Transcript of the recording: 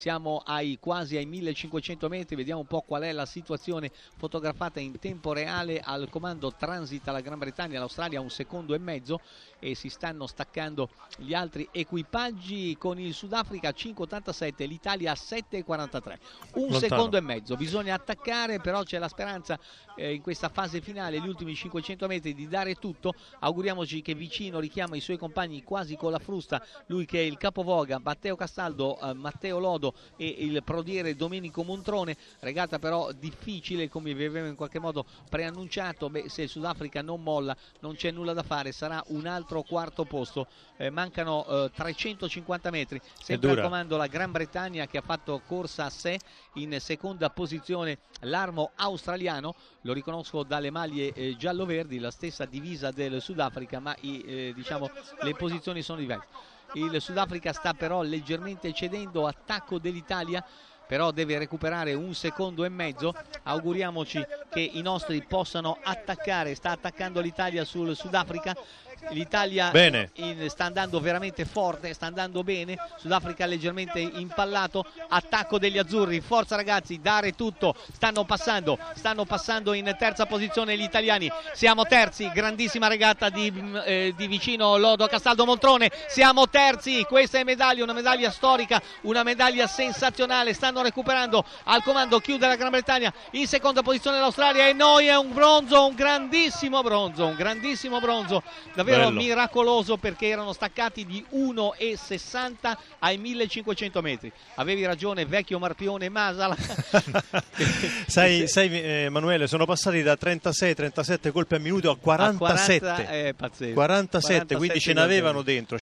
Siamo quasi ai 1500 metri, vediamo un po' qual è la situazione fotografata in tempo reale. Al comando transita la Gran Bretagna, l'Australia a 1,5 secondi e si stanno staccando gli altri equipaggi con il Sudafrica a 5,87, l'Italia a 7,43. 1,5 secondi, bisogna attaccare, però c'è la speranza in questa fase finale, gli ultimi 500 metri, di dare tutto. Auguriamoci che Vicino richiama i suoi compagni quasi con la frusta, lui che è il capovoga, Matteo Castaldo, Matteo Lodo e il prodiere Domenico Montrone. Regata però difficile, come vi avevo in qualche modo preannunciato. Se il Sudafrica non molla non c'è nulla da fare, sarà un altro quarto posto. Mancano 350 metri, sempre al comando la Gran Bretagna, che ha fatto corsa a sé. In seconda posizione l'Armo australiano, lo riconosco dalle maglie giallo-verdi, la stessa divisa del Sudafrica, ma diciamo le posizioni sono diverse. Il Sudafrica sta però leggermente cedendo, attacco dell'Italia, però deve recuperare 1,5 secondi. Auguriamoci che i nostri possano attaccare. Sta attaccando l'Italia sul Sudafrica. L'Italia sta andando veramente forte, sta andando bene. Sudafrica leggermente impallato, attacco degli azzurri, forza ragazzi, dare tutto. Stanno passando in terza posizione gli italiani. Siamo terzi, grandissima regata di Vicino, Lodo, Castaldo, Montrone. Siamo terzi, questa è medaglia, una medaglia storica, una medaglia sensazionale. Stanno recuperando, al comando chiude la Gran Bretagna, in seconda posizione l'Australia, e noi è un bronzo, un grandissimo bronzo, davvero miracoloso, perché erano staccati di 1,60 ai 1500 metri. Avevi ragione, vecchio Marpione Masala. sai Emanuele, sono passati da 36-37 colpi a minuto a 47. Pazzesco. 47, quindi ce n'avevano dentro.